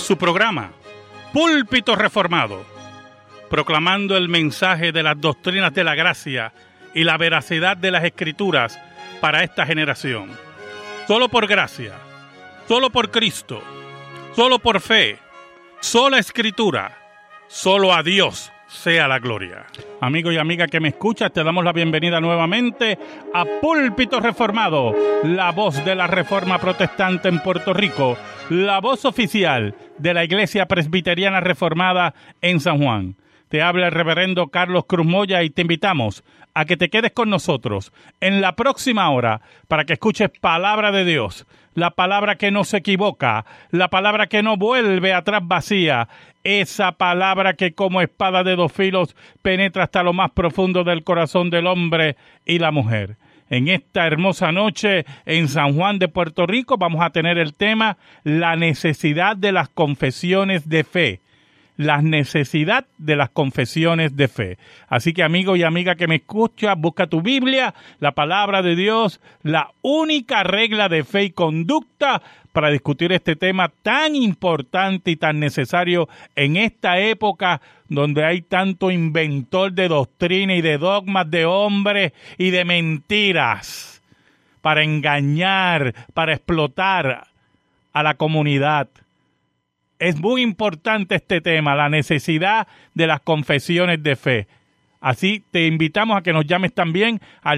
su programa, Púlpito Reformado, proclamando el mensaje de las doctrinas de la gracia y la veracidad de las Escrituras para esta generación. Solo por gracia, solo por Cristo, solo por fe, sola Escritura, solo a Dios sea la gloria. Amigo y amiga que me escuchas, te damos la bienvenida nuevamente a Púlpito Reformado, la voz de la Reforma Protestante en Puerto Rico, la voz oficial de la Iglesia Presbiteriana Reformada en San Juan. Te habla el reverendo Carlos Cruz Moya y te invitamos a que te quedes con nosotros en la próxima hora para que escuches palabra de Dios, la palabra que no se equivoca, la palabra que no vuelve atrás vacía, esa palabra que como espada de dos filos penetra hasta lo más profundo del corazón del hombre y la mujer. En esta hermosa noche en San Juan de Puerto Rico vamos a tener el tema la necesidad de las confesiones de fe. La necesidad de las confesiones de fe. Así que amigo y amiga que me escucha, busca tu Biblia, la palabra de Dios, la única regla de fe y conducta para discutir este tema tan importante y tan necesario en esta época donde hay tanto inventor de doctrina y de dogmas de hombres y de mentiras para engañar, para explotar a la comunidad. Es muy importante este tema, la necesidad de las confesiones de fe. Así te invitamos a que nos llames también al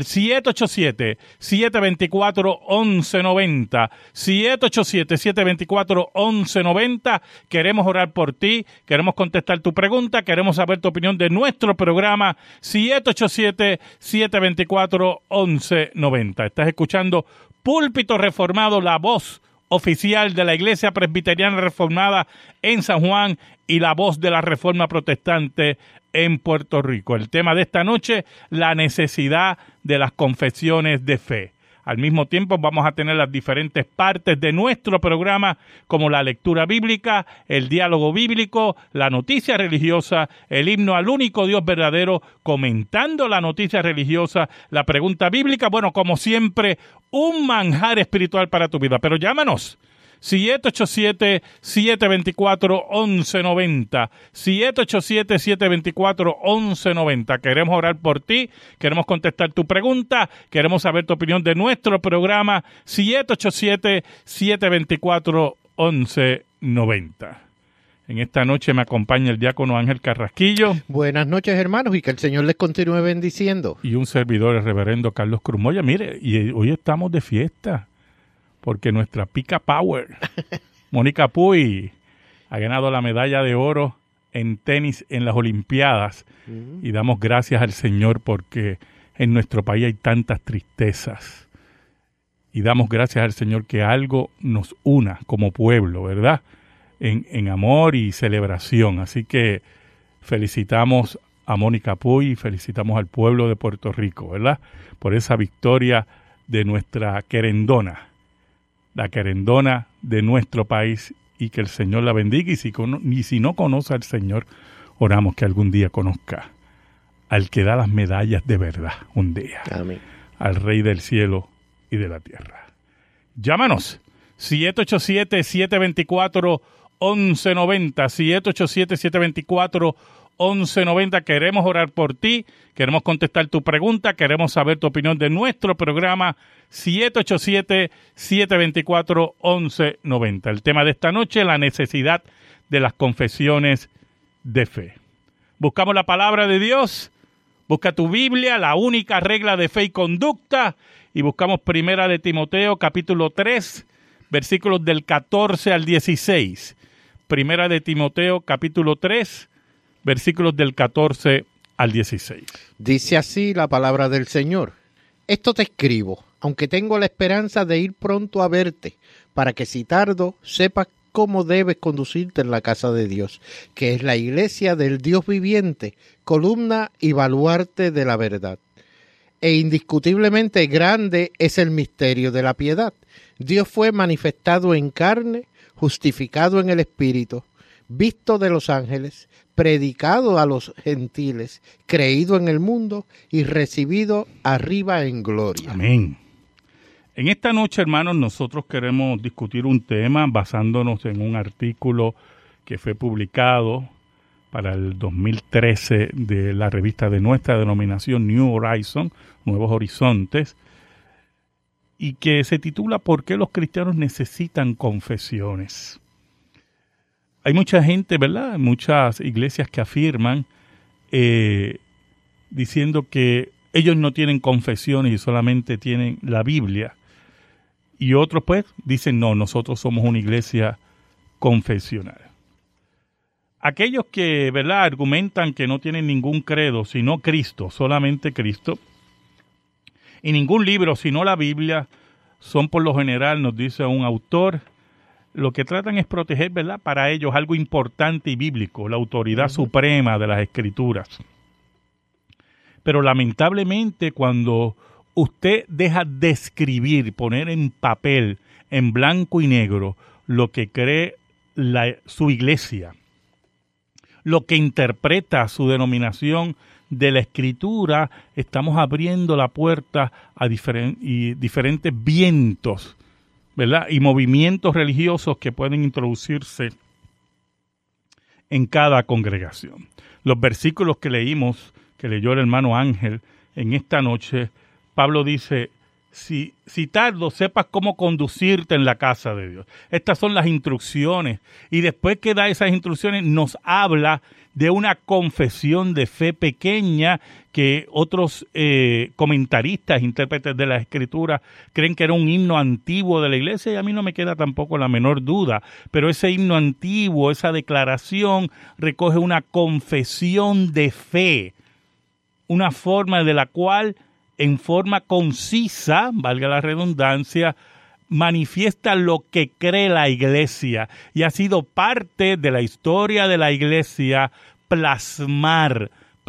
787-724-1190. 787-724-1190. Queremos orar por ti, queremos contestar tu pregunta, queremos saber tu opinión de nuestro programa. 787-724-1190. Estás escuchando Púlpito Reformado, la voz oficial de la Iglesia Presbiteriana Reformada en San Juan y la voz de la Reforma Protestante en Puerto Rico. El tema de esta noche, la necesidad de las confesiones de fe. Al mismo tiempo vamos a tener las diferentes partes de nuestro programa, como la lectura bíblica, el diálogo bíblico, la noticia religiosa, el himno al único Dios verdadero, comentando la noticia religiosa, la pregunta bíblica, bueno, como siempre, un manjar espiritual para tu vida. Pero llámanos. 787-724-1190. 787-724-1190. Queremos orar por ti, queremos contestar tu pregunta, queremos saber tu opinión de nuestro programa. 787-724-1190. En esta noche me acompaña el diácono Ángel Carrasquillo. Buenas noches, hermanos, y que el Señor les continúe bendiciendo. Y un servidor, el reverendo Carlos Cruz Moya. Mire, y hoy estamos de fiesta, porque nuestra pica power, Mónica Puy, ha ganado la medalla de oro en tenis en las Olimpiadas. Y damos gracias al Señor porque en nuestro país hay tantas tristezas. Y damos gracias al Señor que algo nos una como pueblo, ¿verdad? En amor y celebración. Así que felicitamos a Mónica Puy, felicitamos al pueblo de Puerto Rico, ¿verdad? Por esa victoria de nuestra querendona, la querendona de nuestro país, y que el Señor la bendiga. Y si no conoce al Señor, oramos que algún día conozca al que da las medallas de verdad un día. Amén. Al Rey del cielo y de la tierra. Llámanos 787-724-1190, 787-724-1190. Queremos orar por ti, queremos contestar tu pregunta, queremos saber tu opinión de nuestro programa. 787-724-1190. El tema de esta noche, la necesidad de las confesiones de fe. Buscamos la palabra de Dios, busca tu Biblia, la única regla de fe y conducta, y buscamos Primera de Timoteo, capítulo 3, versículos del 14 al 16. Primera de Timoteo, capítulo 3, versículos del 14 al 16. Dice así la palabra del Señor. Esto te escribo, aunque tengo la esperanza de ir pronto a verte, para que si tardo, sepas cómo debes conducirte en la casa de Dios, que es la iglesia del Dios viviente, columna y baluarte de la verdad. E indiscutiblemente grande es el misterio de la piedad. Dios fue manifestado en carne, justificado en el Espíritu, visto de los ángeles, predicado a los gentiles, creído en el mundo y recibido arriba en gloria. Amén. En esta noche, hermanos, nosotros queremos discutir un tema basándonos en un artículo que fue publicado para el 2013 de la revista de nuestra denominación New Horizon, Nuevos Horizontes, y que se titula ¿Por qué los cristianos necesitan confesiones? Hay mucha gente, ¿verdad? Muchas iglesias que afirman diciendo que ellos no tienen confesiones y solamente tienen la Biblia. Y otros pues dicen, no, nosotros somos una iglesia confesional. Aquellos que, ¿verdad?, argumentan que no tienen ningún credo, sino Cristo, solamente Cristo, y ningún libro, sino la Biblia, son por lo general, nos dice un autor, lo que tratan es proteger, ¿verdad?, para ellos algo importante y bíblico, la autoridad suprema de las Escrituras. Pero lamentablemente cuando usted deja de escribir, poner en papel, en blanco y negro, lo que cree su iglesia, lo que interpreta su denominación de la Escritura, estamos abriendo la puerta a diferentes vientos, ¿verdad?, y movimientos religiosos que pueden introducirse en cada congregación. Los versículos que leímos, que leyó el hermano Ángel en esta noche, Pablo dice, si tardo, sepas cómo conducirte en la casa de Dios. Estas son las instrucciones. Y después que da esas instrucciones, nos habla de una confesión de fe pequeña que otros comentaristas, intérpretes de la Escritura, creen que era un himno antiguo de la iglesia, y a mí no me queda tampoco la menor duda. Pero ese himno antiguo, esa declaración, recoge una confesión de fe, una forma de la cual, en forma concisa, valga la redundancia, manifiesta lo que cree la iglesia, y ha sido parte de la historia de la iglesia plasmar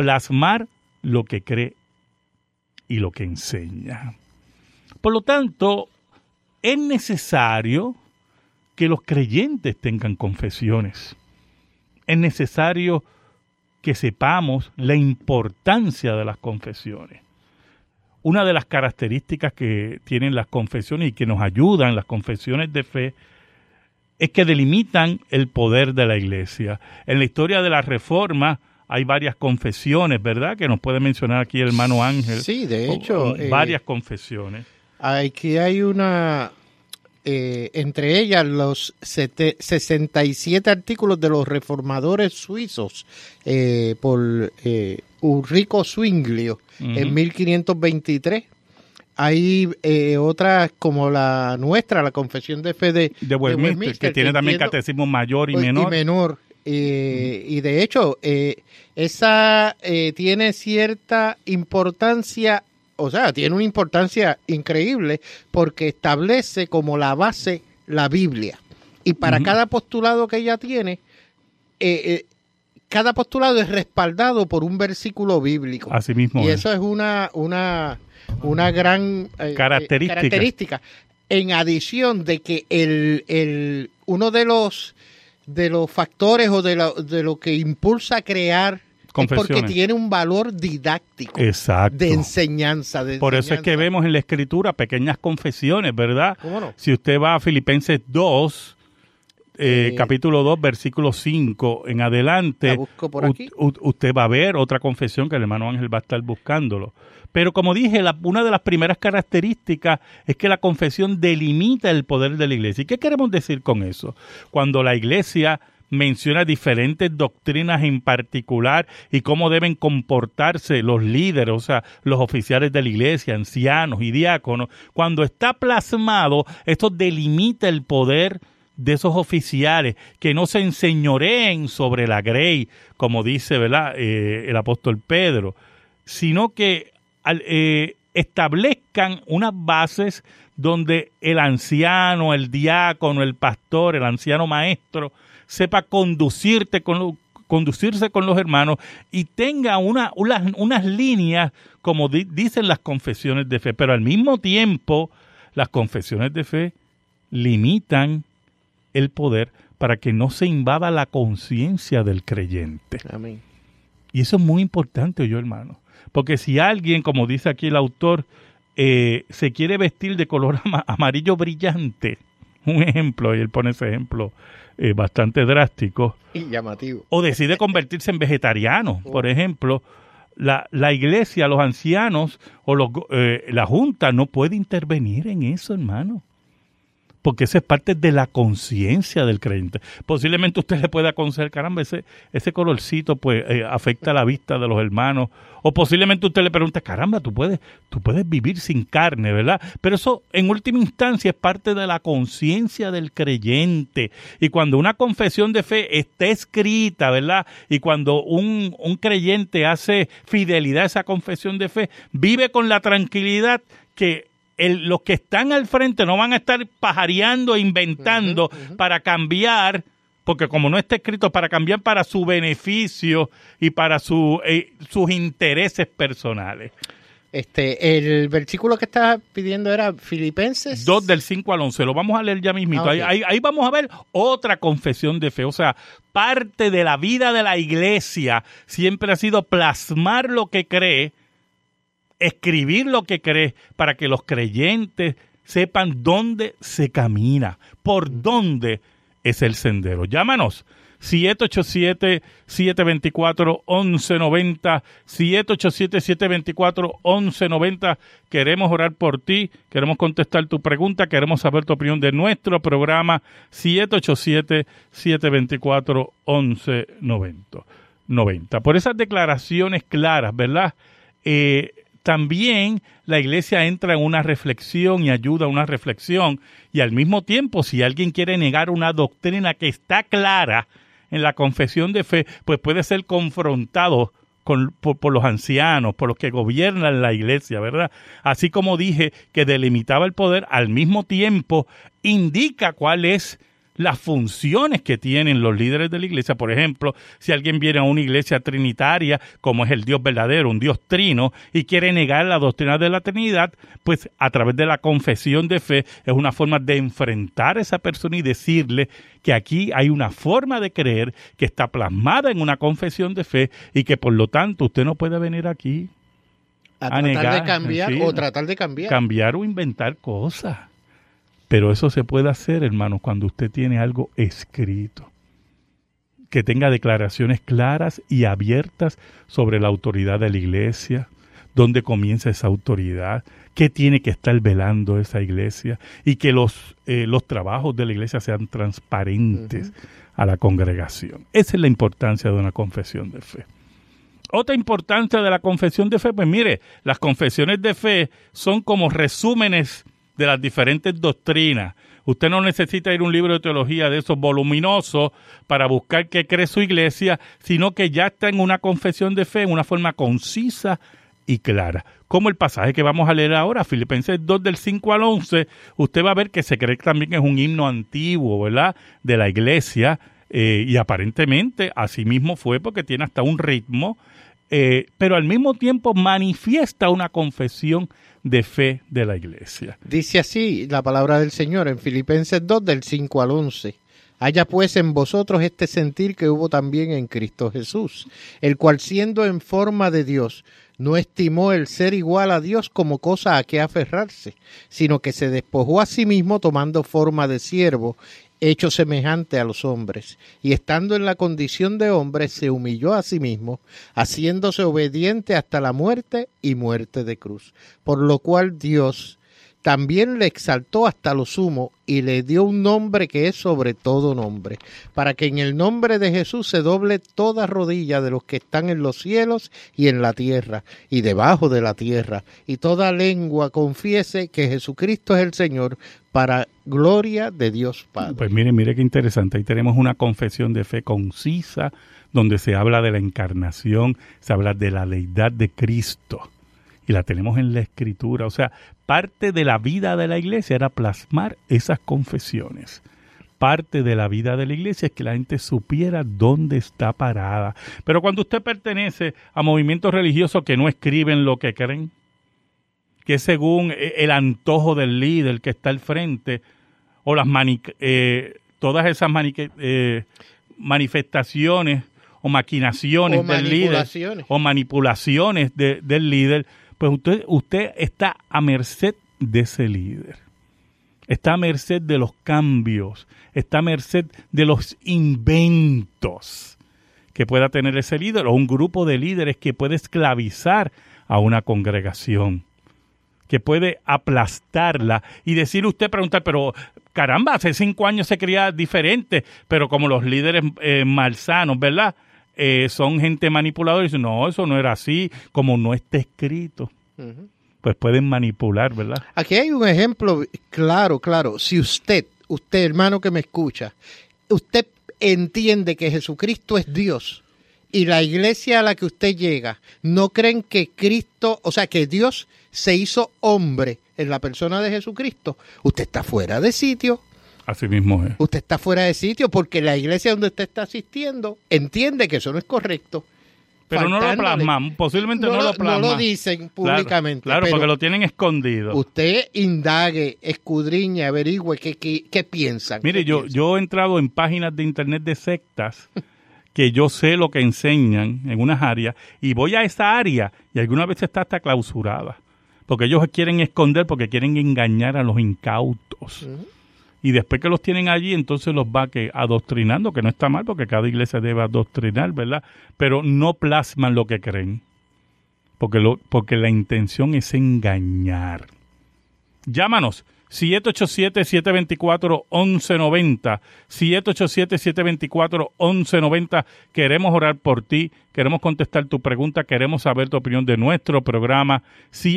lo que cree y lo que enseña. Por lo tanto, es necesario que los creyentes tengan confesiones. Es necesario que sepamos la importancia de las confesiones. Una de las características que tienen las confesiones y que nos ayudan las confesiones de fe es que delimitan el poder de la iglesia. En la historia de la Reforma hay varias confesiones, ¿verdad?, que nos puede mencionar aquí el hermano Ángel. Sí, de hecho. Varias confesiones. Aquí hay una, entre ellas los 67 artículos de los reformadores suizos por Ulrico Zwinglio en 1523. Hay otras como la nuestra, la Confesión de Fe de Westminster, que tiene también catecismo mayor y menor. Y de hecho, esa tiene cierta importancia, o sea, tiene una importancia increíble porque establece como la base la Biblia. Y para cada postulado que ella tiene, cada postulado es respaldado por un versículo bíblico. Así mismo. Y eso es una gran característica. En adición de que uno de los factores o de lo que impulsa a crear es porque tiene un valor didáctico. Exacto. De enseñanza. Por eso es que vemos en la Escritura pequeñas confesiones, ¿verdad? ¿Cómo no? Si usted va a Filipenses 2, capítulo 2, versículo 5 en adelante, la busco por aquí. Usted va a ver otra confesión que el hermano Ángel va a estar buscándolo. Pero como dije, una de las primeras características es que la confesión delimita el poder de la iglesia. ¿Y qué queremos decir con eso? Cuando la iglesia menciona diferentes doctrinas en particular y cómo deben comportarse los líderes, o sea, los oficiales de la iglesia, ancianos y diáconos, cuando está plasmado, esto delimita el poder de esos oficiales, que no se enseñoreen sobre la grey, como dice, ¿verdad?, el apóstol Pedro, sino que establezcan unas bases donde el anciano, el diácono, el pastor, el anciano maestro, sepa conducirse con los hermanos y tenga unas líneas, como dicen las confesiones de fe, pero al mismo tiempo las confesiones de fe limitan el poder para que no se invada la conciencia del creyente. Amén. Y eso es muy importante, hermano, porque si alguien, como dice aquí el autor, se quiere vestir de color amarillo brillante, un ejemplo, y él pone ese ejemplo bastante drástico, y llamativo, o decide convertirse en vegetariano, por ejemplo, la iglesia, los ancianos o la junta no puede intervenir en eso, hermano. Porque eso es parte de la conciencia del creyente. Posiblemente usted le pueda aconsejar, caramba, ese colorcito pues afecta la vista de los hermanos. O posiblemente usted le pregunte, caramba, tú puedes vivir sin carne, ¿verdad? Pero eso en última instancia es parte de la conciencia del creyente. Y cuando una confesión de fe está escrita, ¿verdad? Y cuando un creyente hace fidelidad a esa confesión de fe, vive con la tranquilidad que los que están al frente no van a estar pajareando e inventando para cambiar, porque como no está escrito, para cambiar para su beneficio y para sus intereses personales. El versículo que estás pidiendo era Filipenses 2 del 5 al 11, lo vamos a leer ya mismito. Okay. Ahí vamos a ver otra confesión de fe, o sea, parte de la vida de la iglesia siempre ha sido plasmar lo que cree, escribir lo que cree, para que los creyentes sepan dónde se camina, por dónde es el sendero. Llámanos 787-724-1190, 787-724-1190. Queremos orar por ti, queremos contestar tu pregunta, queremos saber tu opinión de nuestro programa. 787-724-1190. Por esas declaraciones claras, ¿verdad? También la iglesia entra en una reflexión y ayuda a una reflexión, y al mismo tiempo, si alguien quiere negar una doctrina que está clara en la confesión de fe, pues puede ser confrontado por los ancianos, por los que gobiernan la iglesia, ¿verdad? Así como dije que delimitaba el poder, al mismo tiempo indica cuál es las funciones que tienen los líderes de la iglesia. Por ejemplo, si alguien viene a una iglesia trinitaria, como es el Dios verdadero, un Dios trino, y quiere negar la doctrina de la Trinidad, pues a través de la confesión de fe es una forma de enfrentar a esa persona y decirle que aquí hay una forma de creer que está plasmada en una confesión de fe y que por lo tanto usted no puede venir aquí a tratar negar, de cambiar, sí, o tratar de cambiar. Cambiar o inventar cosas. Pero eso se puede hacer, hermanos, cuando usted tiene algo escrito, que tenga declaraciones claras y abiertas sobre la autoridad de la iglesia, dónde comienza esa autoridad, qué tiene que estar velando esa iglesia, y que los trabajos de la iglesia sean transparentes a la congregación. Esa es la importancia de una confesión de fe. Otra importancia de la confesión de fe, pues mire, las confesiones de fe son como resúmenes de las diferentes doctrinas. Usted no necesita ir a un libro de teología de esos voluminosos para buscar qué cree su iglesia, sino que ya está en una confesión de fe en una forma concisa y clara. Como el pasaje que vamos a leer ahora, Filipenses 2 del 5 al 11, usted va a ver que se cree que también es un himno antiguo, ¿verdad?, de la iglesia, y aparentemente así mismo fue, porque tiene hasta un ritmo, pero al mismo tiempo manifiesta una confesión de fe de la iglesia. Dice así la palabra del Señor en Filipenses 2 del 5 al 11. Haya pues en vosotros este sentir que hubo también en Cristo Jesús, el cual siendo en forma de Dios, no estimó el ser igual a Dios como cosa a que aferrarse, sino que se despojó a sí mismo tomando forma de siervo, hecho semejante a los hombres, y estando en la condición de hombre, se humilló a sí mismo, haciéndose obediente hasta la muerte y muerte de cruz. Por lo cual Dios también le exaltó hasta lo sumo y le dio un nombre que es sobre todo nombre, para que en el nombre de Jesús se doble toda rodilla de los que están en los cielos y en la tierra y debajo de la tierra, y toda lengua confiese que Jesucristo es el Señor, para gloria de Dios Padre. Pues mire qué interesante. Ahí tenemos una confesión de fe concisa, donde se habla de la encarnación, se habla de la deidad de Cristo, y la tenemos en la Escritura. O sea, parte de la vida de la iglesia era plasmar esas confesiones. Parte de la vida de la iglesia es que la gente supiera dónde está parada. Pero cuando usted pertenece a movimientos religiosos que no escriben lo que creen, que según el antojo del líder que está al frente, o todas esas manifestaciones o maquinaciones del líder, o manipulaciones del líder, pues usted está a merced de ese líder. está a merced de los cambios, está a merced de los inventos que pueda tener ese líder o un grupo de líderes que puede esclavizar a una congregación, que puede aplastarla y decir usted, preguntar, pero caramba, hace 5 años se creía diferente, pero como los líderes malsanos, ¿verdad? Son gente manipuladora y dicen, no, eso no era así, como no está escrito. Uh-huh. Pues pueden manipular, ¿verdad? Aquí hay un ejemplo claro. Si usted hermano que me escucha, usted entiende que Jesucristo es Dios y la iglesia a la que usted llega no creen que Cristo, o sea, que Dios se hizo hombre en la persona de Jesucristo, usted está fuera de sitio. Así mismo es. Usted está fuera de sitio porque la iglesia donde usted está asistiendo entiende que eso no es correcto. Pero no lo plasman, posiblemente no lo plasman. No lo dicen públicamente. Claro, porque lo tienen escondido. Usted indague, escudriñe, averigüe qué piensan. Mire, yo he entrado en páginas de internet de sectas que yo sé lo que enseñan en unas áreas y voy a esa área y algunas veces está hasta clausurada. Porque ellos quieren esconder, porque quieren engañar a los incautos. Uh-huh. Y después que los tienen allí, entonces los va adoctrinando, que no está mal, porque cada iglesia debe adoctrinar, ¿verdad? Pero no plasman lo que creen, porque la intención es engañar. Llámanos, 787-724-1190, 787-724-1190. Queremos orar por ti, queremos contestar tu pregunta, queremos saber tu opinión de nuestro programa,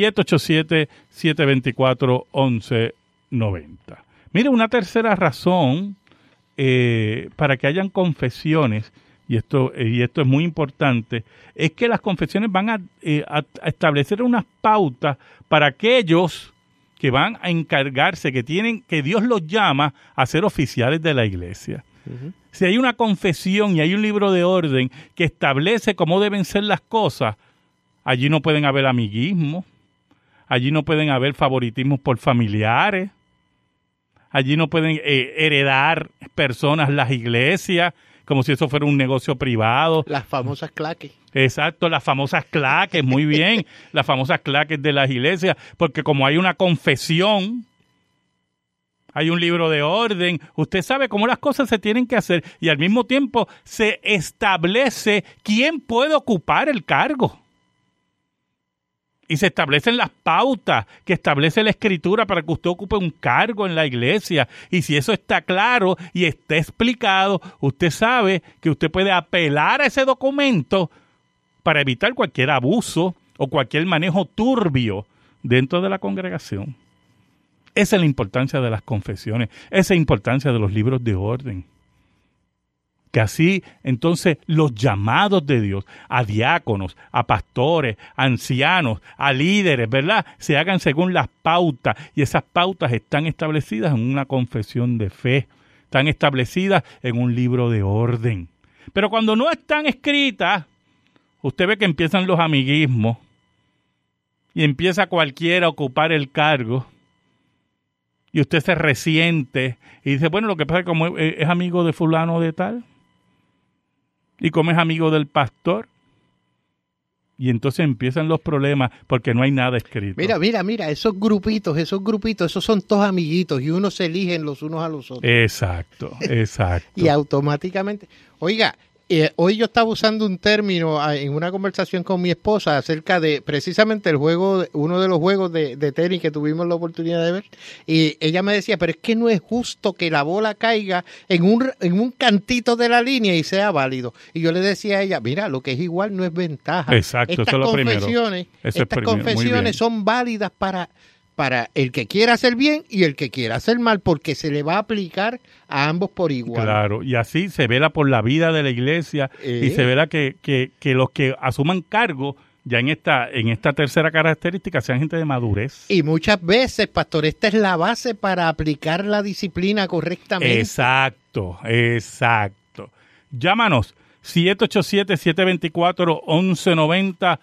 787-724-1190. Mire, una tercera razón para que hayan confesiones, y esto es muy importante, es que las confesiones van a establecer unas pautas para aquellos que van a encargarse, que Dios los llama a ser oficiales de la iglesia. Uh-huh. Si hay una confesión y hay un libro de orden que establece cómo deben ser las cosas, allí no pueden haber amiguismo, allí no pueden haber favoritismos por familiares, allí no pueden heredar personas las iglesias como si eso fuera un negocio privado. Las famosas claques. Exacto, las famosas claques, muy bien, las famosas claques de las iglesias, porque como hay una confesión, hay un libro de orden, usted sabe cómo las cosas se tienen que hacer y al mismo tiempo se establece quién puede ocupar el cargo. Y se establecen las pautas que establece la Escritura para que usted ocupe un cargo en la iglesia. Y si eso está claro y está explicado, usted sabe que usted puede apelar a ese documento para evitar cualquier abuso o cualquier manejo turbio dentro de la congregación. Esa es la importancia de las confesiones, esa es la importancia de los libros de orden. Que así, entonces, los llamados de Dios a diáconos, a pastores, a ancianos, a líderes, ¿verdad? Se hagan según las pautas. Y esas pautas están establecidas en una confesión de fe. Están establecidas en un libro de orden. Pero cuando no están escritas, usted ve que empiezan los amiguismos. Y empieza cualquiera a ocupar el cargo. Y usted se resiente. Y dice, bueno, lo que pasa es que como es amigo de fulano de tal. Y como es amigo del pastor, y entonces empiezan los problemas porque no hay nada escrito. Mira, esos grupitos, esos son todos amiguitos y unos se eligen los unos a los otros. Exacto. Y automáticamente, oiga, hoy yo estaba usando un término en una conversación con mi esposa acerca de precisamente uno de los juegos de tenis que tuvimos la oportunidad de ver, y ella me decía, pero es que no es justo que la bola caiga en un cantito de la línea y sea válido. Y yo le decía a ella, mira, lo que es igual no es ventaja. Exacto, estas eso es lo primero. Estas confesiones son válidas para el que quiera hacer bien y el que quiera hacer mal, porque se le va a aplicar a ambos por igual. Claro, y así se vela por la vida de la iglesia y se vela que los que asuman cargo ya en esta tercera característica sean gente de madurez. Y muchas veces, pastor, esta es la base para aplicar la disciplina correctamente. Exacto. Llámanos 787-724-1190,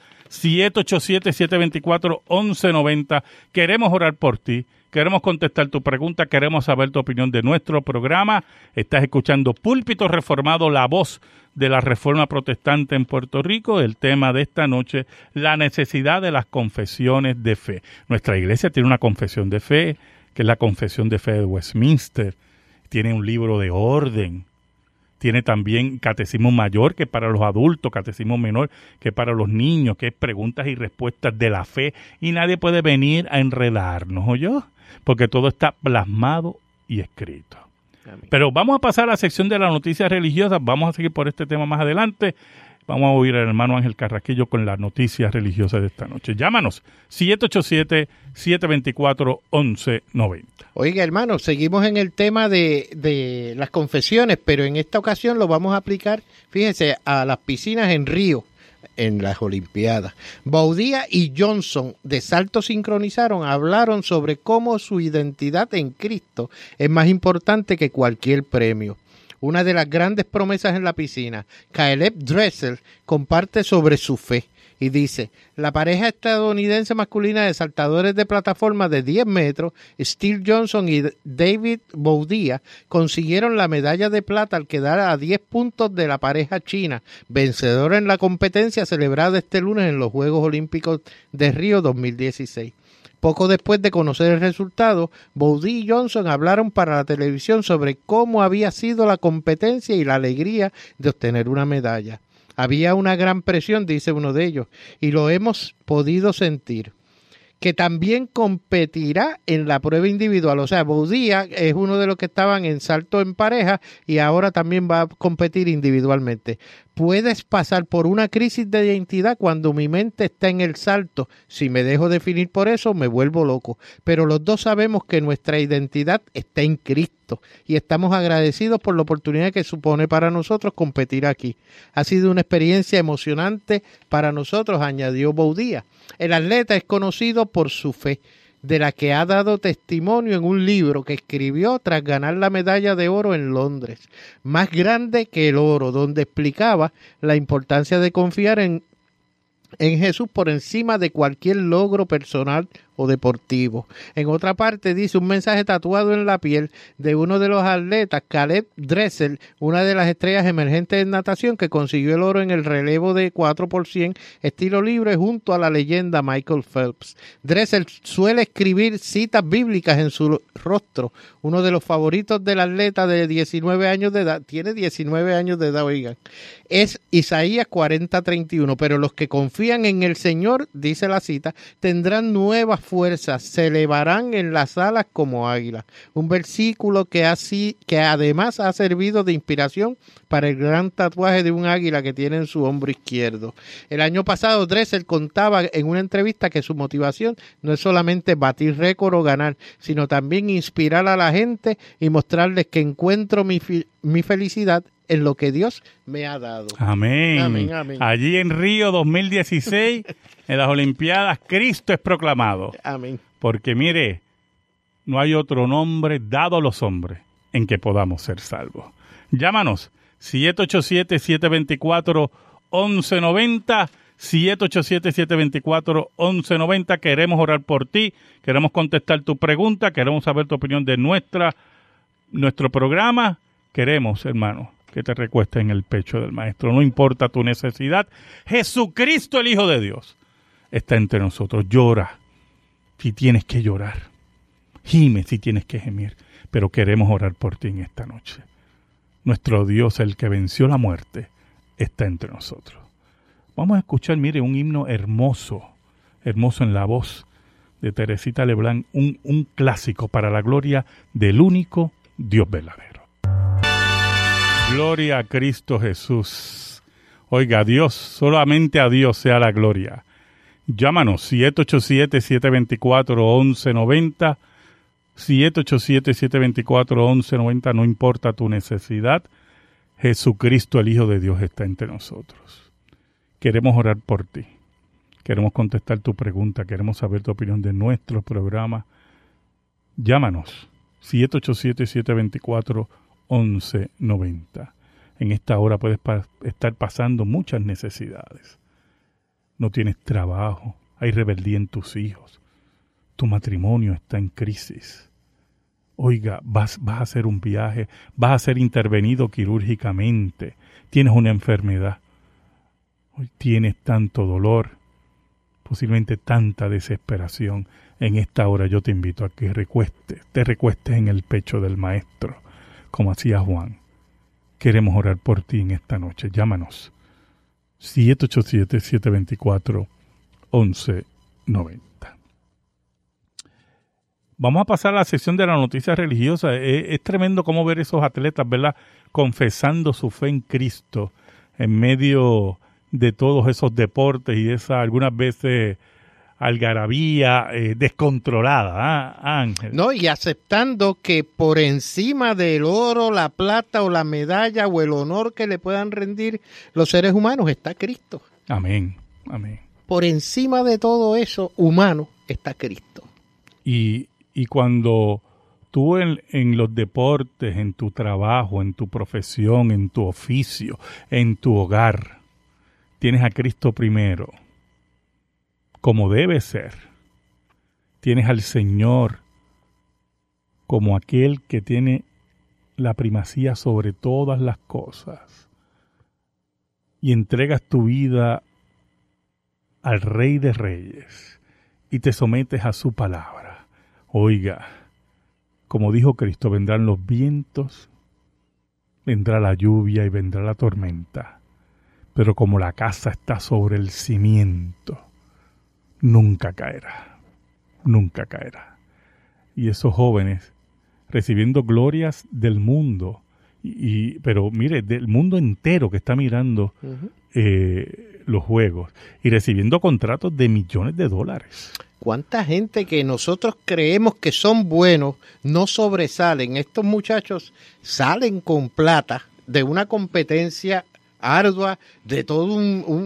787-724-1190. Queremos orar por ti, queremos contestar tu pregunta, queremos saber tu opinión de nuestro programa. Estás escuchando Púlpito Reformado, la voz de la Reforma Protestante en Puerto Rico. El tema de esta noche, la necesidad de las confesiones de fe. Nuestra iglesia tiene una confesión de fe que es la Confesión de Fe de Westminster. Tiene un libro de orden. Tiene también Catecismo Mayor, que es para los adultos, Catecismo Menor, que es para los niños, que es preguntas y respuestas de la fe. Y nadie puede venir a enredarnos, ¿oyó? Porque todo está plasmado y escrito. Amén. Pero vamos a pasar a la sección de las noticias religiosas. Vamos a seguir por este tema más adelante. Vamos a oír al hermano Ángel Carrasquillo con las noticias religiosas de esta noche. Llámanos, 787-724-1190. Oiga, hermano, seguimos en el tema de las confesiones, pero en esta ocasión lo vamos a aplicar, fíjense, a las piscinas en Río, en las Olimpiadas. Baudía y Johnson, de salto sincronizaron, hablaron sobre cómo su identidad en Cristo es más importante que cualquier premio. Una de las grandes promesas en la piscina, Caleb Dressel, comparte sobre su fe y dice: la pareja estadounidense masculina de saltadores de plataforma de 10 metros, Steve Johnson y David Baudía, consiguieron la medalla de plata al quedar a 10 puntos de la pareja china, vencedora en la competencia celebrada este lunes en los Juegos Olímpicos de Río 2016. Poco después de conocer el resultado, Baudí y Johnson hablaron para la televisión sobre cómo había sido la competencia y la alegría de obtener una medalla. Había una gran presión, dice uno de ellos, y lo hemos podido sentir. Que también competirá en la prueba individual. O sea, Baudía es uno de los que estaban en salto en pareja y ahora también va a competir individualmente. Puedes pasar por una crisis de identidad cuando mi mente está en el salto. Si me dejo definir por eso, me vuelvo loco. Pero los dos sabemos que nuestra identidad está en Cristo y estamos agradecidos por la oportunidad que supone para nosotros competir aquí. Ha sido una experiencia emocionante para nosotros, añadió Baudía. El atleta es conocido por su fe, de la que ha dado testimonio en un libro que escribió tras ganar la medalla de oro en Londres, más grande que el oro, donde explicaba la importancia de confiar en Jesús por encima de cualquier logro personal o deportivo. En otra parte dice un mensaje tatuado en la piel de uno de los atletas, Caleb Dressel, una de las estrellas emergentes de natación que consiguió el oro en el relevo de 4x100 estilo libre junto a la leyenda Michael Phelps. Dressel suele escribir citas bíblicas en su rostro. Uno de los favoritos del atleta de 19 años de edad, tiene 19 años de edad, oigan, es Isaías 40:31, pero los que confían en el Señor, dice la cita, tendrán nuevas fuerzas, se elevarán en las alas como águilas. Un versículo que además ha servido de inspiración para el gran tatuaje de un águila que tiene en su hombro izquierdo. El año pasado Dressel contaba en una entrevista que su motivación no es solamente batir récord o ganar, sino también inspirar a la gente y mostrarles que encuentro mi felicidad en lo que Dios me ha dado. Amén. Amén, amén. Allí en Río 2016, en las Olimpiadas, Cristo es proclamado. Amén. Porque mire, no hay otro nombre dado a los hombres en que podamos ser salvos. Llámanos, 787-724-1190, 787-724-1190. Queremos orar por ti, queremos contestar tu pregunta, queremos saber tu opinión de nuestro programa. Queremos, hermano, que te recuestes en el pecho del Maestro. No importa tu necesidad. Jesucristo, el Hijo de Dios, está entre nosotros. Llora si tienes que llorar. Gime si tienes que gemir. Pero queremos orar por ti en esta noche. Nuestro Dios, el que venció la muerte, está entre nosotros. Vamos a escuchar, mire, un himno hermoso, hermoso en la voz de Teresita Leblanc, un clásico para la gloria del único Dios verdadero. Gloria a Cristo Jesús. Oiga, Dios, solamente a Dios sea la gloria. Llámanos 787-724-1190, 787-724-1190, no importa tu necesidad, Jesucristo, el Hijo de Dios, está entre nosotros. Queremos orar por ti, queremos contestar tu pregunta, queremos saber tu opinión de nuestro programa. Llámanos 787-724-1190. En esta hora puedes estar pasando muchas necesidades. No tienes trabajo, hay rebeldía en tus hijos, tu matrimonio está en crisis. Oiga, vas a hacer un viaje, vas a ser intervenido quirúrgicamente, tienes una enfermedad, hoy tienes tanto dolor, posiblemente tanta desesperación. en esta hora yo te invito a que te recuestes en el pecho del Maestro, como hacía Juan. Queremos orar por ti en esta noche. Llámanos 787-724-1190. Vamos a pasar a la sección de la noticia religiosa. Es tremendo cómo ver esos atletas, ¿verdad?, confesando su fe en Cristo en medio de todos esos deportes y esa algunas veces algarabía descontrolada, Ángel. No, y aceptando que por encima del oro, la plata o la medalla o el honor que le puedan rendir los seres humanos está Cristo. Amén, amén. Por encima de todo eso humano está Cristo. Y cuando tú en los deportes, en tu trabajo, en tu profesión, en tu oficio, en tu hogar, tienes a Cristo primero, como debe ser. Tienes al Señor como aquel que tiene la primacía sobre todas las cosas. Y entregas tu vida al Rey de Reyes y te sometes a su palabra. Oiga, como dijo Cristo, vendrán los vientos, vendrá la lluvia y vendrá la tormenta. Pero como la casa está sobre el cimiento, nunca caerá, nunca caerá. Y esos jóvenes recibiendo glorias del mundo, pero mire, del mundo entero que está mirando los juegos y recibiendo contratos de millones de dólares. ¿Cuánta gente que nosotros creemos que son buenos no sobresalen? Estos muchachos salen con plata de una competencia ardua, de todo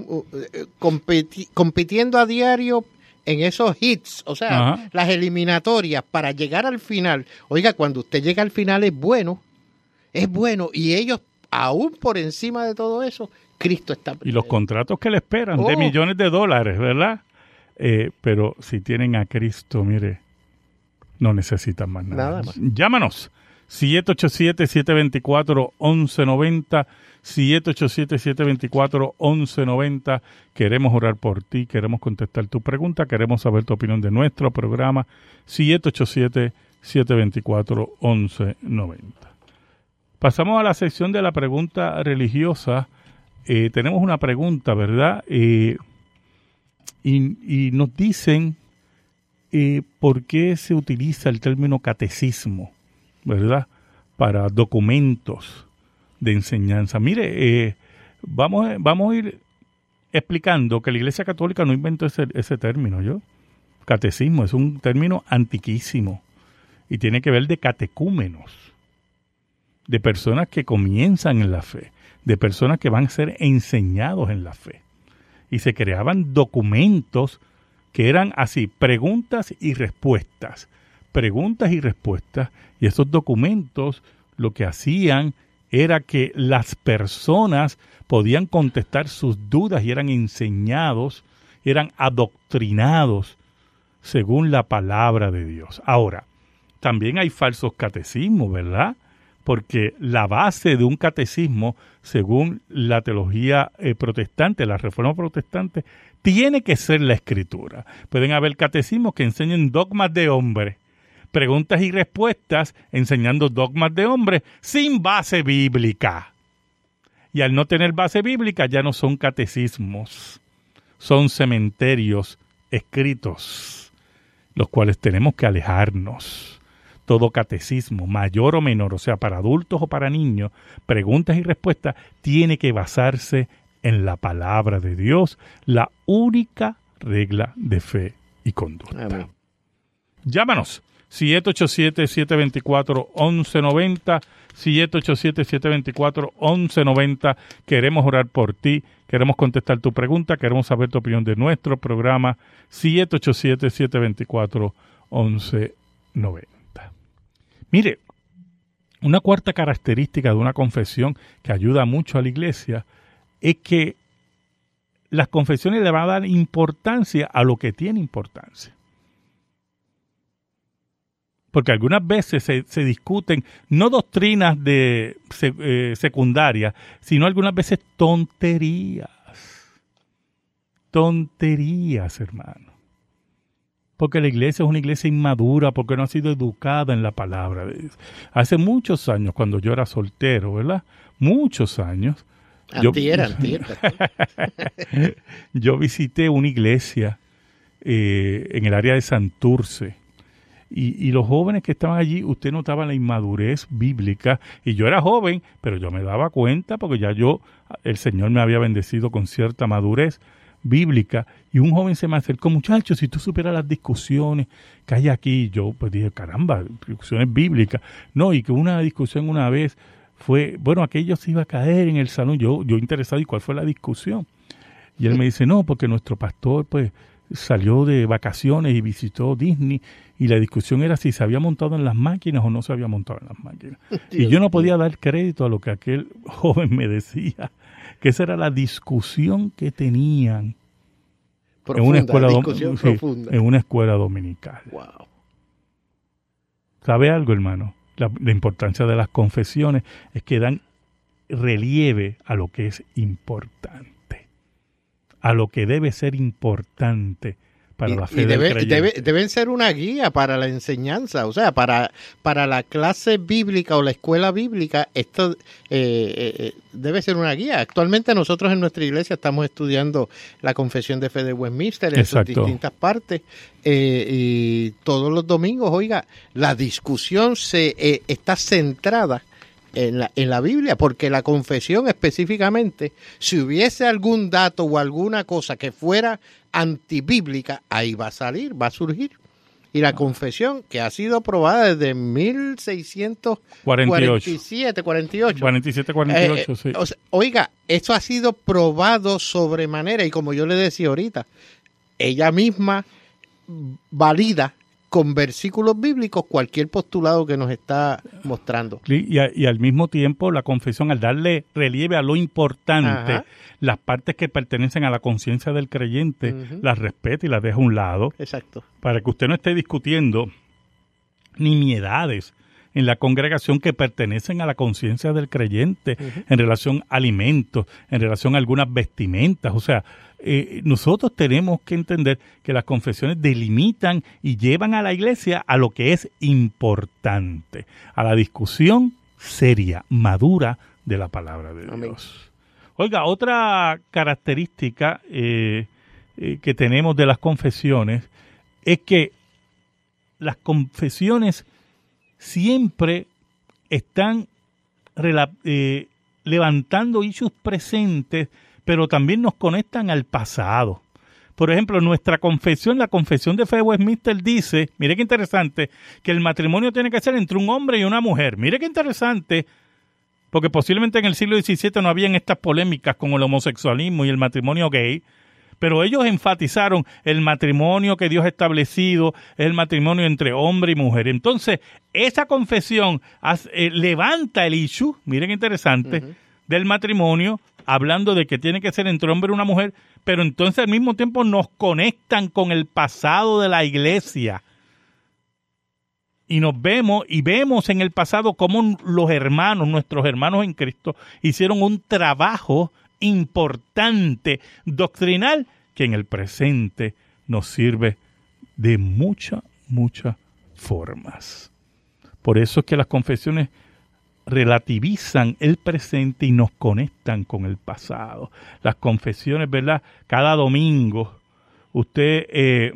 compitiendo a diario en esos hits, o sea, las eliminatorias para llegar al final. Oiga, cuando usted llega al final es bueno, y ellos, aún por encima de todo eso, Cristo está primero. Y los contratos que le esperan de millones de dólares, ¿verdad? Pero si tienen a Cristo, mire, no necesitan más nada. Llámanos 787-724-1190, 787-724-1190. Queremos orar por ti, queremos contestar tu pregunta, queremos saber tu opinión de nuestro programa. 787-724-1190. Pasamos a la sección de la pregunta religiosa. Tenemos una pregunta, ¿verdad? Y nos dicen por qué se utiliza el término catecismo, ¿verdad?, para documentos de enseñanza. Mire, vamos a ir explicando que la Iglesia Católica no inventó ese término, ¿yo? Catecismo es un término antiquísimo y tiene que ver de catecúmenos, de personas que comienzan en la fe, de personas que van a ser enseñados en la fe. Y se creaban documentos que eran así, preguntas y respuestas, y esos documentos lo que hacían era que las personas podían contestar sus dudas y eran enseñados, eran adoctrinados según la palabra de Dios. Ahora, también hay falsos catecismos, ¿verdad? Porque la base de un catecismo, según la teología protestante, la reforma protestante, tiene que ser la Escritura. Pueden haber catecismos que enseñen dogmas de hombre, preguntas y respuestas enseñando dogmas de hombre sin base bíblica. Y al no tener base bíblica ya no son catecismos, son cementerios escritos, los cuales tenemos que alejarnos. Todo catecismo, mayor o menor, o sea, para adultos o para niños, preguntas y respuestas, tiene que basarse en la palabra de Dios, la única regla de fe y conducta. Amén. Llámanos 787-724-1190, 787-724-1190. Queremos orar por ti, queremos contestar tu pregunta, queremos saber tu opinión de nuestro programa. 787-724-1190. Mire, una cuarta característica de una confesión que ayuda mucho a la iglesia es que las confesiones le van a dar importancia a lo que tiene importancia. Porque algunas veces se discuten no doctrinas secundarias, sino algunas veces tonterías. Tonterías, hermano. porque la iglesia es una iglesia inmadura, porque no ha sido educada en la palabra de Dios. Hace muchos años, cuando yo era soltero, ¿verdad? Muchos años. Antier. Yo visité una iglesia en el área de Santurce. Y los jóvenes que estaban allí, usted notaba la inmadurez bíblica. Y yo era joven, pero yo me daba cuenta porque ya el Señor me había bendecido con cierta madurez bíblica. Y un joven se me acercó: muchachos, si tú supieras las discusiones que hay aquí. Yo pues dije, caramba, discusiones bíblicas. No, y que una discusión una vez fue, bueno, aquello se iba a caer en el salón. Yo interesado, ¿y cuál fue la discusión? Y él me dice, no, porque nuestro pastor pues salió de vacaciones y visitó Disney, y la discusión era si se había montado en las máquinas o no se había montado en las máquinas. Y yo no podía dar crédito a lo que aquel joven me decía, que esa era la discusión que tenían profunda, en una escuela dominical. Wow. ¿Sabe algo, hermano? La importancia de las confesiones es que dan relieve a lo que es importante, a lo que debe ser importante para la fe del creyente. Deben ser una guía para la enseñanza, o sea, para la clase bíblica o la escuela bíblica, esto debe ser una guía. Actualmente nosotros en nuestra iglesia estamos estudiando la Confesión de Fe de Westminster en sus distintas partes, y todos los domingos, oiga, la discusión está centrada en la Biblia, porque la confesión específicamente, si hubiese algún dato o alguna cosa que fuera antibíblica, ahí va a surgir. Y la confesión, que ha sido aprobada desde 1647, 48. Sí. O sea, oiga, eso ha sido probado sobremanera, y como yo le decía ahorita, ella misma valida con versículos bíblicos cualquier postulado que nos está mostrando. Y al mismo tiempo la confesión, al darle relieve a lo importante, ajá, las partes que pertenecen a la conciencia del creyente, las respeta y las deja a un lado. Exacto. Para que usted no esté discutiendo nimiedades en la congregación que pertenecen a la conciencia del creyente, en relación a alimentos, en relación a algunas vestimentas. O sea, nosotros tenemos que entender que las confesiones delimitan y llevan a la iglesia a lo que es importante, a la discusión seria, madura de la palabra de Dios. Amén. Oiga, otra característica que tenemos de las confesiones es que las confesiones siempre están levantando issues presentes, pero también nos conectan al pasado. Por ejemplo, nuestra confesión, la Confesión de Fe de Westminster dice, mire qué interesante, que el matrimonio tiene que ser entre un hombre y una mujer. Mire qué interesante, porque posiblemente en el siglo XVII no habían estas polémicas como el homosexualismo y el matrimonio gay, pero ellos enfatizaron el matrimonio que Dios ha establecido, es el matrimonio entre hombre y mujer. Entonces, esa confesión levanta el issue, miren qué interesante, del matrimonio, hablando de que tiene que ser entre hombre y una mujer, pero entonces al mismo tiempo nos conectan con el pasado de la iglesia. Y vemos en el pasado cómo los hermanos, nuestros hermanos en Cristo, hicieron un trabajo importante, doctrinal, que en el presente nos sirve de muchas formas. Por eso es que las confesiones relativizan el presente y nos conectan con el pasado. Las confesiones, ¿verdad? Cada domingo usted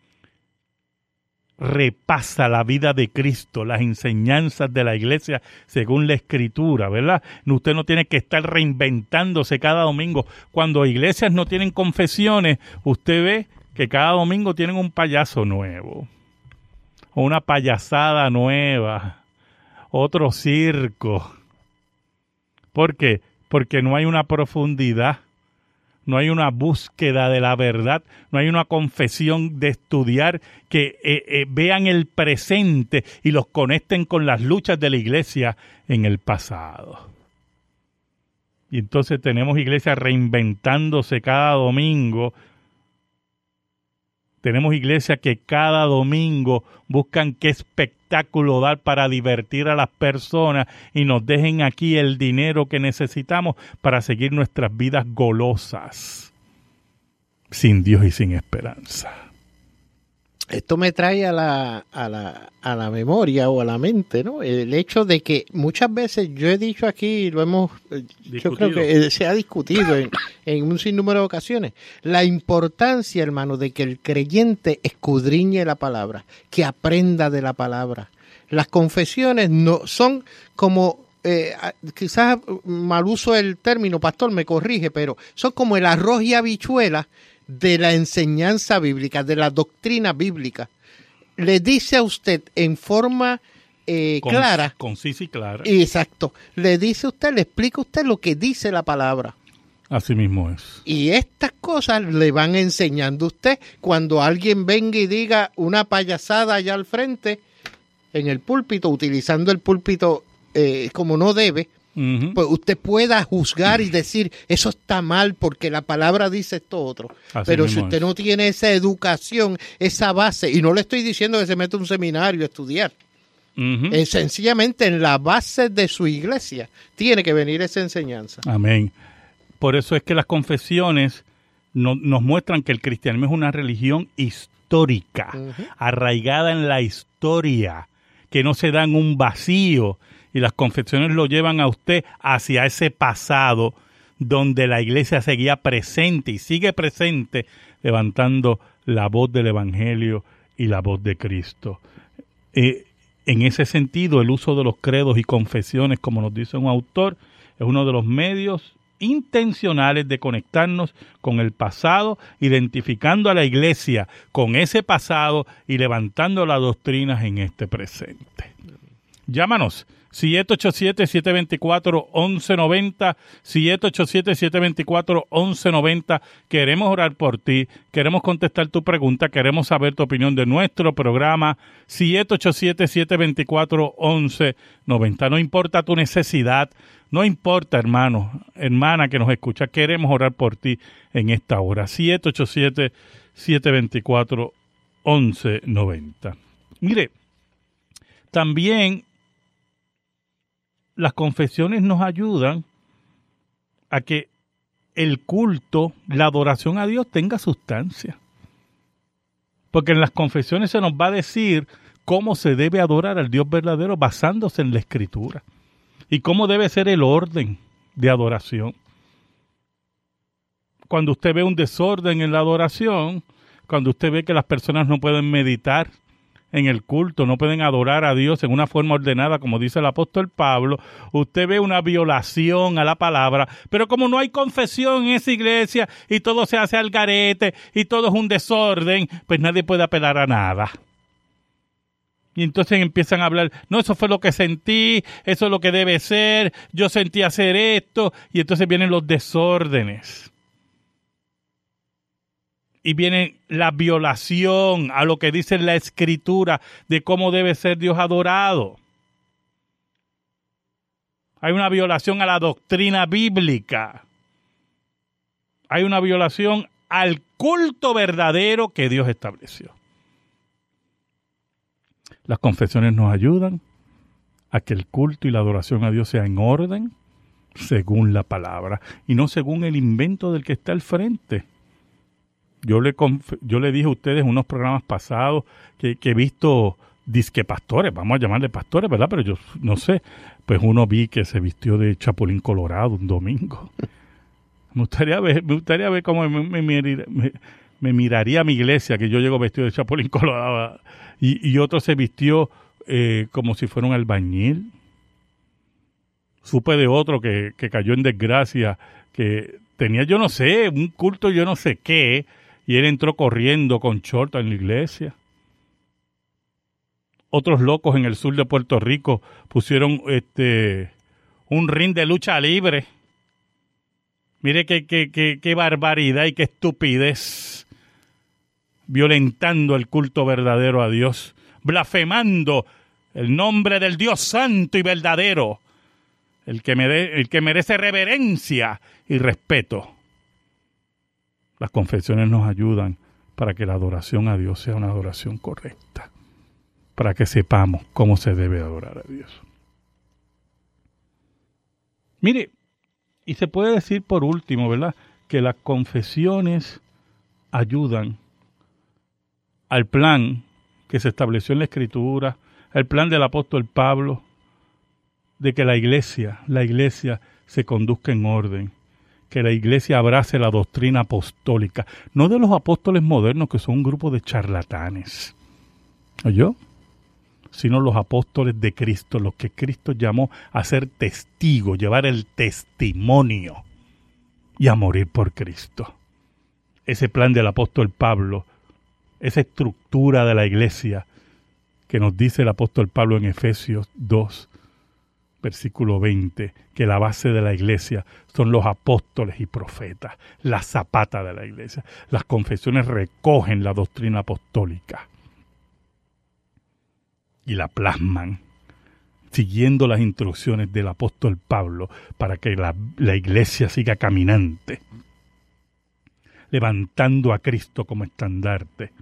repasa la vida de Cristo, las enseñanzas de la iglesia según la Escritura, ¿verdad? Usted no tiene que estar reinventándose cada domingo. Cuando iglesias no tienen confesiones, usted ve que cada domingo tienen un payaso nuevo, o una payasada nueva, otro circo. ¿Por qué? Porque no hay una profundidad, no hay una búsqueda de la verdad, no hay una confesión de estudiar que vean el presente y los conecten con las luchas de la iglesia en el pasado. Y entonces tenemos iglesias reinventándose cada domingo. Tenemos iglesias que cada domingo buscan qué espectáculo dar para divertir a las personas y nos dejen aquí el dinero que necesitamos para seguir nuestras vidas golosas, sin Dios y sin esperanza. Esto me trae a la memoria o a la mente, ¿no? El hecho de que muchas veces yo he dicho aquí, yo creo que se ha discutido en un sinnúmero de ocasiones, la importancia, hermano, de que el creyente escudriñe la palabra, que aprenda de la palabra. Las confesiones no son como, quizás mal uso el término, pastor, me corrige, pero son como el arroz y habichuela de la enseñanza bíblica, de la doctrina bíblica. Le dice a usted en forma clara. Concisa y clara. Exacto. Le explica a usted lo que dice la palabra. Así mismo es. Y estas cosas le van enseñando a usted cuando alguien venga y diga una payasada allá al frente, en el púlpito, utilizando el púlpito como no debe. Uh-huh. Pues usted pueda juzgar y decir, eso está mal porque la palabra dice esto otro. Así pero si usted no tiene esa educación, esa base, y no le estoy diciendo que se meta a un seminario a estudiar, uh-huh. Sencillamente en la base de su iglesia tiene que venir esa enseñanza. Amén. Por eso es que las confesiones nos muestran que el cristianismo es una religión histórica, uh-huh. arraigada en la historia, que no se da en un vacío. Y las confesiones lo llevan a usted hacia ese pasado donde la iglesia seguía presente y sigue presente, levantando la voz del Evangelio y la voz de Cristo. En ese sentido, el uso de los credos y confesiones, como nos dice un autor, es uno de los medios intencionales de conectarnos con el pasado, identificando a la iglesia con ese pasado y levantando las doctrinas en este presente. Llámanos. 787-724-1190, 787-724-1190. Queremos orar por ti, queremos contestar tu pregunta, queremos saber tu opinión de nuestro programa. 787-724-1190. No importa tu necesidad, no importa, hermano, hermana que nos escucha, queremos orar por ti en esta hora. 787-724-1190. Mire, también las confesiones nos ayudan a que el culto, la adoración a Dios tenga sustancia. Porque en las confesiones se nos va a decir cómo se debe adorar al Dios verdadero basándose en la Escritura. Y cómo debe ser el orden de adoración. Cuando usted ve un desorden en la adoración, cuando usted ve que las personas no pueden meditar en el culto, no pueden adorar a Dios en una forma ordenada, como dice el apóstol Pablo, usted ve una violación a la palabra, pero como no hay confesión en esa iglesia y todo se hace al garete y todo es un desorden, pues nadie puede apelar a nada. Y entonces empiezan a hablar, no, eso fue lo que sentí, eso es lo que debe ser, yo sentí hacer esto, y entonces vienen los desórdenes. Y viene la violación a lo que dice la Escritura de cómo debe ser Dios adorado. Hay una violación a la doctrina bíblica. Hay una violación al culto verdadero que Dios estableció. Las confesiones nos ayudan a que el culto y la adoración a Dios sea en orden, según la palabra, y no según el invento del que está al frente. Yo le dije a ustedes en unos programas pasados que he visto disque pastores, vamos a llamarle pastores, ¿verdad? Pero yo no sé, pues uno vi que se vistió de Chapulín Colorado un domingo. Me gustaría ver cómo me miraría mi iglesia, que yo llego vestido de Chapulín Colorado, y otro se vistió como si fuera un albañil. Supe de otro que cayó en desgracia, que tenía, yo no sé, un culto yo no sé qué, y él entró corriendo con short en la iglesia. Otros locos en el sur de Puerto Rico pusieron un ring de lucha libre. Mire qué barbaridad y qué estupidez. Violentando el culto verdadero a Dios. Blasfemando el nombre del Dios santo y verdadero. El que merece reverencia y respeto. Las confesiones nos ayudan para que la adoración a Dios sea una adoración correcta. Para que sepamos cómo se debe adorar a Dios. Mire, y se puede decir por último, ¿verdad?, que las confesiones ayudan al plan que se estableció en la Escritura, el plan del apóstol Pablo, de que la iglesia se conduzca en orden, que la iglesia abrace la doctrina apostólica, no de los apóstoles modernos que son un grupo de charlatanes, ¿oyó? Sino los apóstoles de Cristo, los que Cristo llamó a ser testigos, llevar el testimonio y a morir por Cristo. Ese plan del apóstol Pablo, esa estructura de la iglesia que nos dice el apóstol Pablo en Efesios 2, versículo 20, que la base de la iglesia son los apóstoles y profetas, la zapata de la iglesia. Las confesiones recogen la doctrina apostólica y la plasman, siguiendo las instrucciones del apóstol Pablo para que la iglesia siga caminante, levantando a Cristo como estandarte.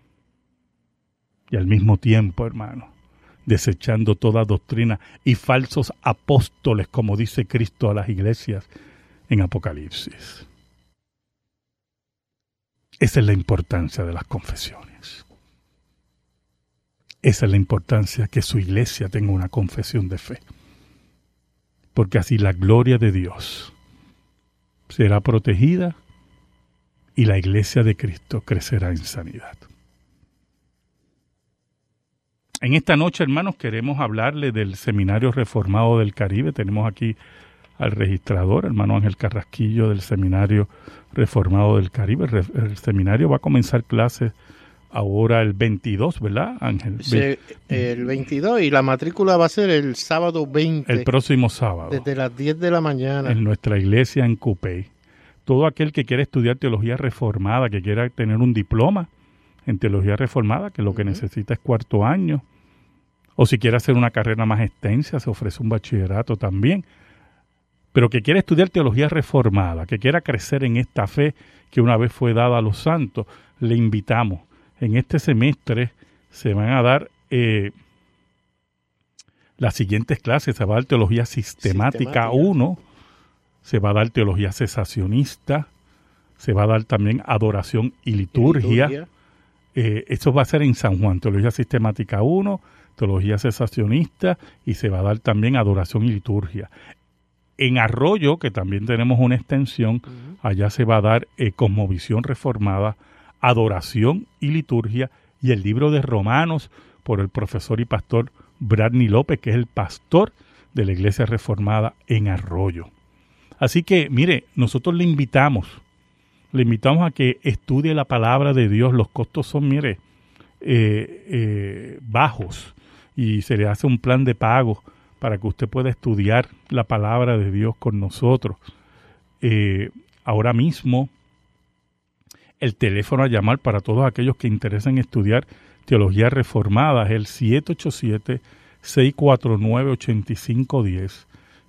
Y al mismo tiempo, hermano, desechando toda doctrina y falsos apóstoles, como dice Cristo a las iglesias en Apocalipsis. Esa es la importancia de las confesiones. Esa es la importancia que su iglesia tenga una confesión de fe. Porque así la gloria de Dios será protegida y la iglesia de Cristo crecerá en sanidad. En esta noche, hermanos, queremos hablarle del Seminario Reformado del Caribe. Tenemos aquí al registrador, hermano Ángel Carrasquillo, del Seminario Reformado del Caribe. El seminario va a comenzar clases ahora el 22, ¿verdad, Ángel? Sí, el 22, y la matrícula va a ser el sábado 20. El próximo sábado. Desde las 10 de la mañana. En nuestra iglesia en Cupey. Todo aquel que quiera estudiar teología reformada, que quiera tener un diploma en teología reformada, que lo que necesita es cuarto año, o si quiere hacer una carrera más extensa, se ofrece un bachillerato también, pero que quiera estudiar teología reformada, que quiera crecer en esta fe que una vez fue dada a los santos, le invitamos. En este semestre se van a dar las siguientes clases. Se va a dar teología sistemática 1, se va a dar teología cesacionista, se va a dar también adoración y liturgia. Eso va a ser en San Juan, teología sistemática 1, teología cesacionista, y se va a dar también adoración y liturgia. En Arroyo, que también tenemos una extensión, allá se va a dar cosmovisión reformada, adoración y liturgia, y el libro de Romanos por el profesor y pastor Bradney López, que es el pastor de la Iglesia Reformada en Arroyo. Así que, mire, nosotros le invitamos a que estudie la palabra de Dios. Los costos son, mire, bajos, y se le hace un plan de pago para que usted pueda estudiar la palabra de Dios con nosotros. Ahora mismo, el teléfono a llamar para todos aquellos que interesan estudiar teología reformada es el 787-649-8510,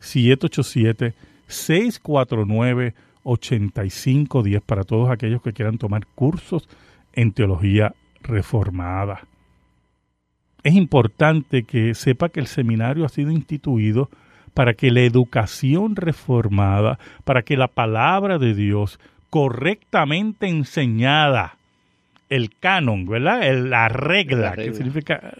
787-649-8510 para todos aquellos que quieran tomar cursos en teología reformada. Es importante que sepa que el seminario ha sido instituido para que la educación reformada, para que la palabra de Dios correctamente enseñada, el canon, ¿verdad? La regla, que significa,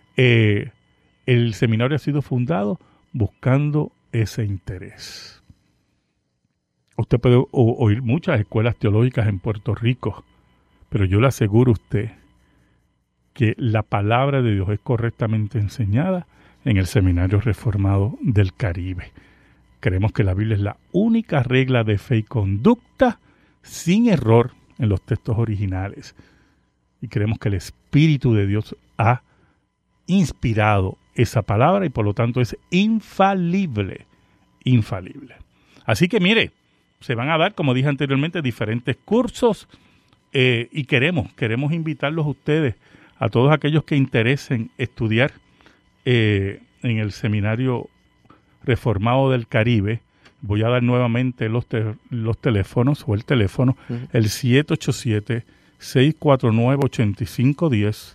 el seminario ha sido fundado buscando ese interés. Usted puede oír muchas escuelas teológicas en Puerto Rico, pero yo le aseguro a usted que la palabra de Dios es correctamente enseñada en el Seminario Reformado del Caribe. Creemos que la Biblia es la única regla de fe y conducta sin error en los textos originales. Y creemos que el Espíritu de Dios ha inspirado esa palabra y por lo tanto es infalible. Así que mire, se van a dar, como dije anteriormente, diferentes cursos y queremos invitarlos a ustedes, a todos aquellos que interesen estudiar en el Seminario Reformado del Caribe. Voy a dar nuevamente los teléfonos o el teléfono, el 787-649-8510,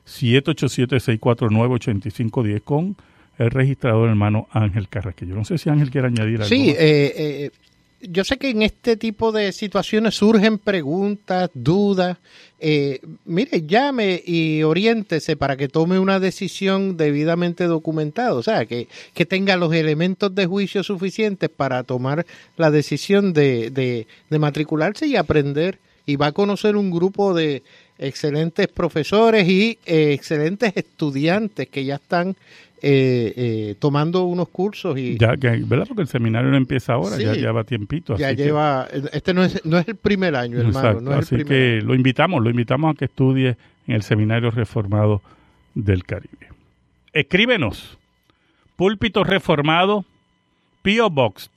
787-649-8510 con el registrador hermano Ángel Carrasquillo. No sé si Ángel quiere añadir algo. Sí, yo sé que en este tipo de situaciones surgen preguntas, dudas. Mire, llame y oriéntese para que tome una decisión debidamente documentada. O sea, que tenga los elementos de juicio suficientes para tomar la decisión de matricularse y aprender. Y va a conocer un grupo de excelentes profesores y excelentes estudiantes que ya están tomando unos cursos. Y ya, ¿verdad? Porque el seminario no empieza ahora, sí, ya lleva tiempito. Ya lleva, este no es el primer año, hermano. Exacto, no es así el primer que año. Lo invitamos a que estudie en el Seminario Reformado del Caribe. Escríbenos, Púlpito Reformado, P.O. Box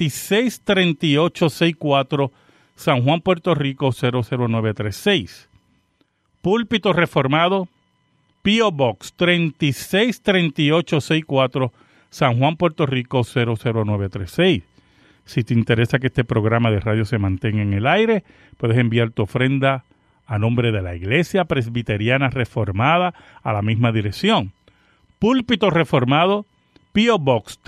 363864, San Juan, Puerto Rico 00936. Púlpito Reformado, P.O. Box 363864, San Juan, Puerto Rico 00936. Si te interesa que este programa de radio se mantenga en el aire, puedes enviar tu ofrenda a nombre de la Iglesia Presbiteriana Reformada a la misma dirección. Púlpito Reformado, P.O. Box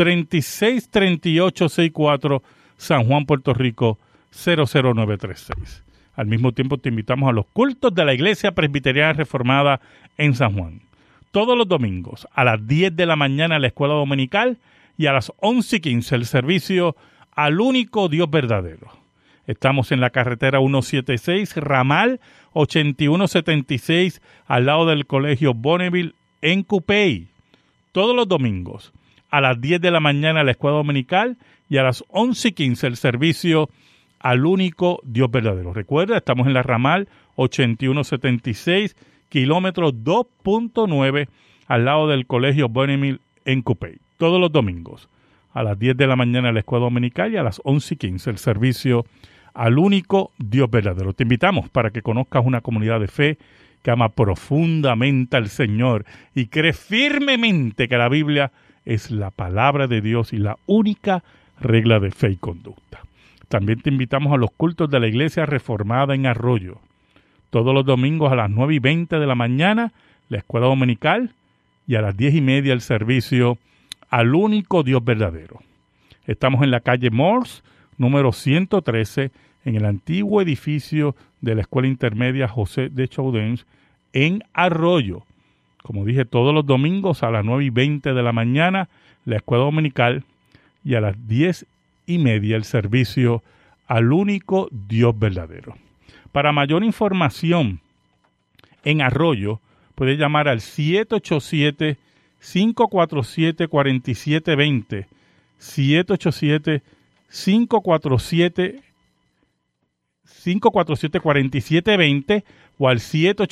363864, San Juan, Puerto Rico 00936. Al mismo tiempo te invitamos a los cultos de la Iglesia Presbiteriana Reformada en San Juan. Todos los domingos a las 10 de la mañana la escuela dominical y a las 11:15 el servicio al único Dios verdadero. Estamos en la carretera 176, ramal 8176, al lado del Colegio Bonneville en Cupey. Todos los domingos a las 10 de la mañana la escuela dominical y a las 11:15 el servicio al único Dios verdadero. Recuerda, estamos en la ramal 8176, kilómetro 2.9, al lado del Colegio Bonneville en Cupey. Todos los domingos, a las 10 de la mañana la escuela dominical y a las 11:15 el servicio al único Dios verdadero. Te invitamos para que conozcas una comunidad de fe que ama profundamente al Señor y cree firmemente que la Biblia es la palabra de Dios y la única regla de fe y conducta. También te invitamos a los cultos de la Iglesia Reformada en Arroyo. Todos los domingos a las 9:20 de la mañana, la escuela dominical, y a las 10:30 el servicio al único Dios verdadero. Estamos en la calle Morse, número 113, en el antiguo edificio de la Escuela Intermedia José de Chaudens, en Arroyo. Como dije, todos los domingos a las 9:20 de la mañana, la escuela dominical, y a las 10:30 el servicio al único Dios verdadero. Para mayor información en Arroyo, puede llamar al 787-547-4720, 787-547-4720 o al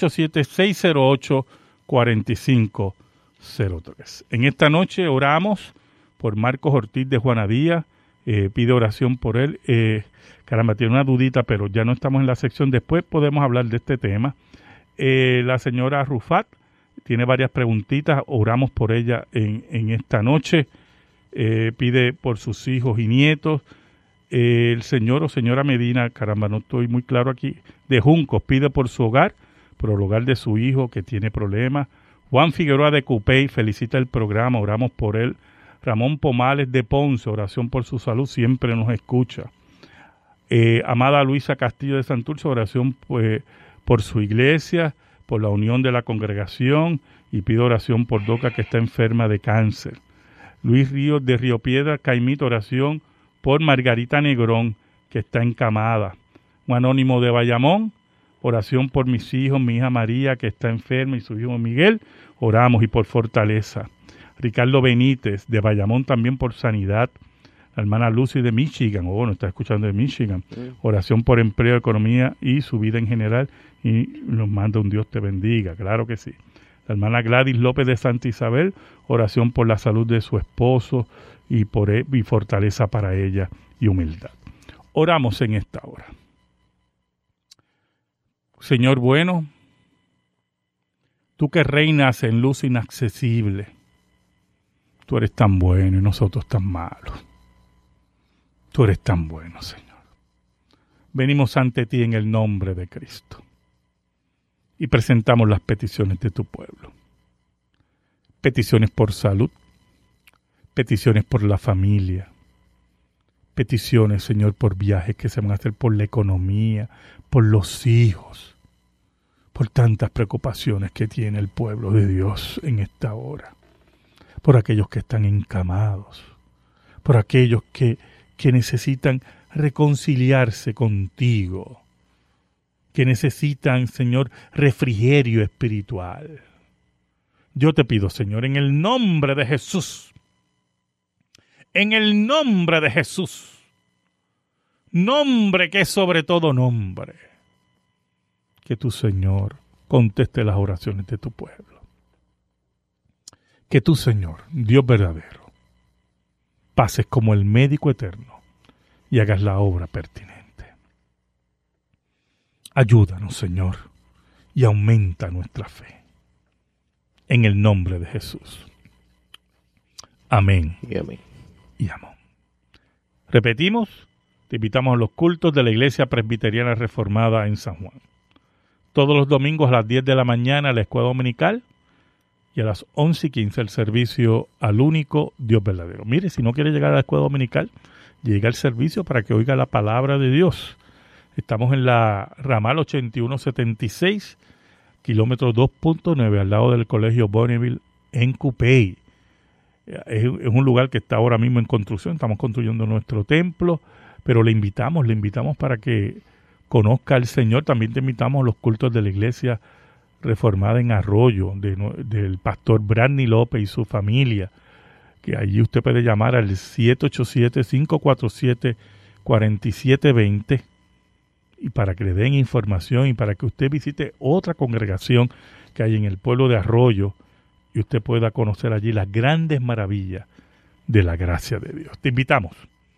787-608-4503. En esta noche oramos por Marcos Ortiz de Juanadía. Pide oración por él. Caramba, tiene una dudita, pero ya no estamos en la sección. Después podemos hablar de este tema. La señora Rufat tiene varias preguntitas. Oramos por ella en esta noche. Pide por sus hijos y nietos. El señor o señora Medina, caramba, no estoy muy claro aquí, de Juncos, pide por su hogar, por el hogar de su hijo que tiene problemas. Juan Figueroa de Cupey felicita el programa, oramos por él. Ramón Pomales de Ponce, oración por su salud, siempre nos escucha. Amada Luisa Castillo de Santurce, oración por su iglesia, por la unión de la congregación, y pido oración por Doca, que está enferma de cáncer. Luis Ríos de Río Piedra, Caimito, oración por Margarita Negrón, que está encamada. Un anónimo de Bayamón, oración por mis hijos, mi hija María, que está enferma, y su hijo Miguel, oramos, y por fortaleza. Ricardo Benítez de Bayamón, también por sanidad. La hermana Lucy de Michigan, nos está escuchando de Michigan. Oración por empleo, economía y su vida en general, y nos manda un Dios te bendiga, claro que sí. La hermana Gladys López de Santa Isabel, oración por la salud de su esposo y fortaleza para ella y humildad. Oramos en esta hora. Señor bueno, tú que reinas en luz inaccesible, tú eres tan bueno y nosotros tan malos. Tú eres tan bueno, Señor. Venimos ante ti en el nombre de Cristo y presentamos las peticiones de tu pueblo. Peticiones por salud, peticiones por la familia, peticiones, Señor, por viajes que se van a hacer, por la economía, por los hijos, por tantas preocupaciones que tiene el pueblo de Dios en esta hora, por aquellos que están encamados, por aquellos que necesitan reconciliarse contigo, que necesitan, Señor, refrigerio espiritual. Yo te pido, Señor, en el nombre de Jesús, en el nombre de Jesús, nombre que es sobre todo nombre, que tu Señor conteste las oraciones de tu pueblo. Que tu Señor, Dios verdadero, pases como el médico eterno y hagas la obra pertinente. Ayúdanos, Señor, y aumenta nuestra fe. En el nombre de Jesús. Amén. Y amén. Y amén. Repetimos, te invitamos a los cultos de la Iglesia Presbiteriana Reformada en San Juan. Todos los domingos a las 10 de la mañana la escuela dominical y a las 11:15 el servicio al único Dios verdadero. Mire, si no quiere llegar a la escuela dominical, llega al servicio para que oiga la palabra de Dios. Estamos en la ramal 8176, kilómetro 2.9, al lado del colegio Bonneville en Cupey. Es un lugar que está ahora mismo en construcción. Estamos construyendo nuestro templo, pero le invitamos para que conozca al Señor. También te invitamos a los cultos de la Iglesia Reformada en Arroyo, del pastor Brandy López y su familia, que allí usted puede llamar al 787-547-4720 y para que le den información y para que usted visite otra congregación que hay en el pueblo de Arroyo y usted pueda conocer allí las grandes maravillas de la gracia de Dios. Te invitamos.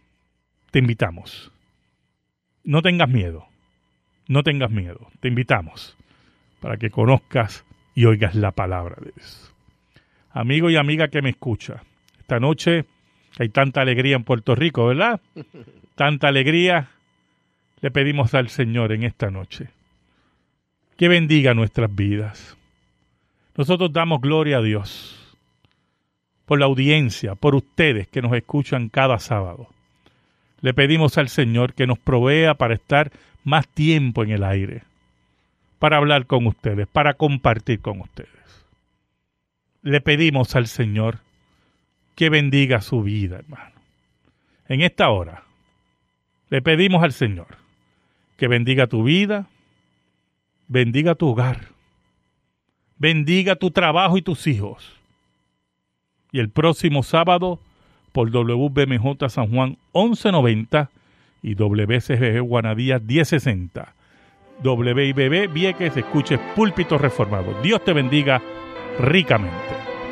No tengas miedo. Te invitamos para que conozcas y oigas la palabra de Dios. Amigo y amiga que me escucha, esta noche hay tanta alegría en Puerto Rico, ¿verdad? Tanta alegría. Le pedimos al Señor en esta noche que bendiga nuestras vidas. Nosotros damos gloria a Dios por la audiencia, por ustedes que nos escuchan cada sábado. Le pedimos al Señor que nos provea para estar más tiempo en el aire, para hablar con ustedes, para compartir con ustedes. Le pedimos al Señor que bendiga su vida, hermano. En esta hora, le pedimos al Señor que bendiga tu vida, bendiga tu hogar, bendiga tu trabajo y tus hijos. Y el próximo sábado, por WBMJ San Juan 1190 y WCGG Guanadía 1060. WIBB Vieques, escuches Púlpito Reformado. Dios te bendiga ricamente.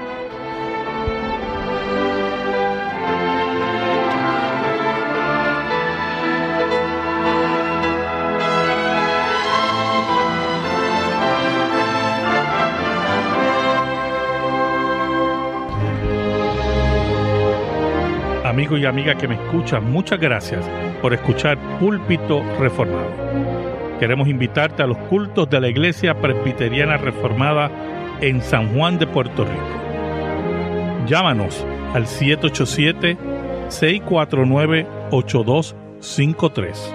Amigo y amiga que me escuchan, muchas gracias por escuchar Púlpito Reformado. Queremos invitarte a los cultos de la Iglesia Presbiteriana Reformada en San Juan de Puerto Rico. Llámanos al 787-649-8253.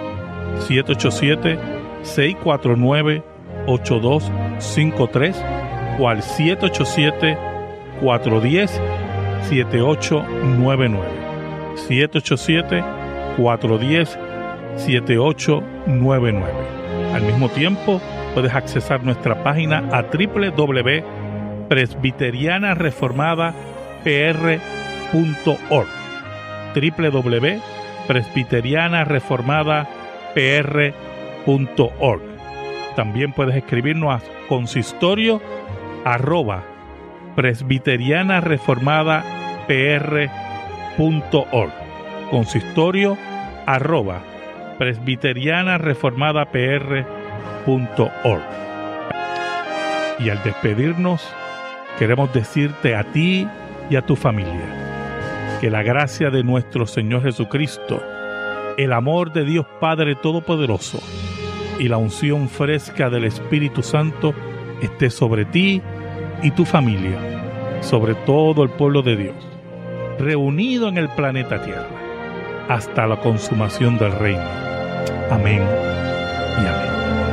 787-649-8253 o al 787-410-7899. 787-410-7899. Al mismo tiempo, puedes accesar nuestra página a www.presbiterianareformadapr.org. www.presbiterianareformadapr.org. También puedes escribirnos a consistorio@presbiterianareformadapr.org. consistorio@presbiterianareformadapr.org. Y al despedirnos, queremos decirte a ti y a tu familia que la gracia de nuestro Señor Jesucristo, el amor de Dios Padre Todopoderoso y la unción fresca del Espíritu Santo esté sobre ti y tu familia, sobre todo el pueblo de Dios, reunido en el planeta Tierra. hasta la consumación del reino. Amén y amén.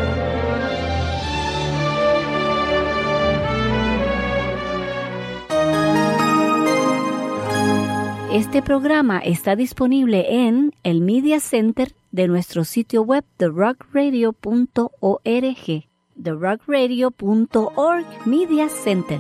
Este programa está disponible en el Media Center de nuestro sitio web therockradio.org. therockradio.org Media Center.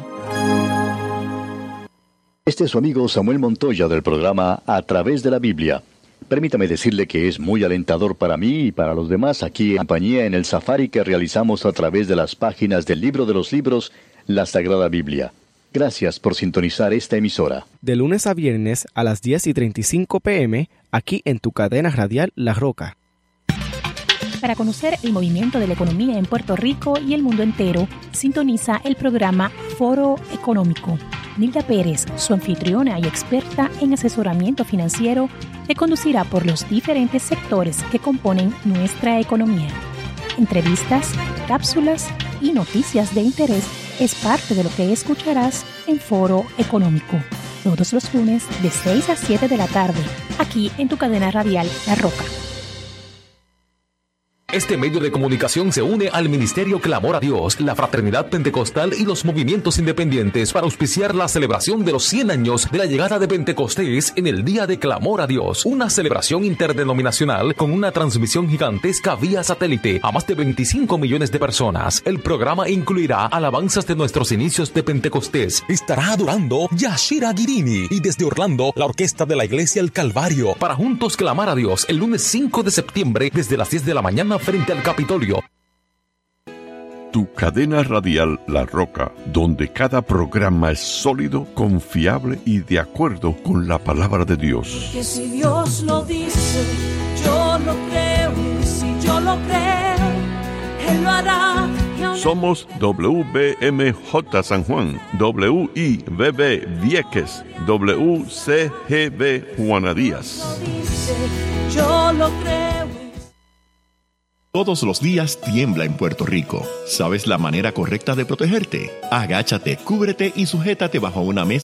Este es su amigo Samuel Montoya del programa A Través de la Biblia. Permítame decirle que es muy alentador para mí y para los demás aquí en compañía en el safari que realizamos a través de las páginas del Libro de los Libros, la Sagrada Biblia. Gracias por sintonizar esta emisora. De lunes a viernes a las 10:35 p.m., aquí en tu cadena radial La Roca. Para conocer el movimiento de la economía en Puerto Rico y el mundo entero, sintoniza el programa Foro Económico. Nilda Pérez, su anfitriona y experta en asesoramiento financiero, te conducirá por los diferentes sectores que componen nuestra economía. Entrevistas, cápsulas y noticias de interés es parte de lo que escucharás en Foro Económico, todos los lunes de 6 a 7 de la tarde, aquí en tu cadena radial La Roca. Este medio de comunicación se une al Ministerio Clamor a Dios, la Fraternidad Pentecostal y los movimientos independientes para auspiciar la celebración de los 100 años de la llegada de Pentecostés en el Día de Clamor a Dios. Una celebración interdenominacional con una transmisión gigantesca vía satélite a más de 25 millones de personas. El programa incluirá alabanzas de nuestros inicios de Pentecostés. Estará adorando Yashira Guirini y desde Orlando la orquesta de la Iglesia El Calvario para juntos clamar a Dios el lunes 5 de septiembre desde las 10 de la mañana frente al Capitolio. Tu cadena radial La Roca, donde cada programa es sólido, confiable y de acuerdo con la palabra de Dios. Que si Dios lo dice, yo lo creo, y si yo lo creo, Él lo hará. Somos WBMJ San Juan, WIBB Vieques, WCGB Juana Díaz. Yo lo creo. Todos los días tiembla en Puerto Rico. ¿Sabes la manera correcta de protegerte? Agáchate, cúbrete y sujétate bajo una mesa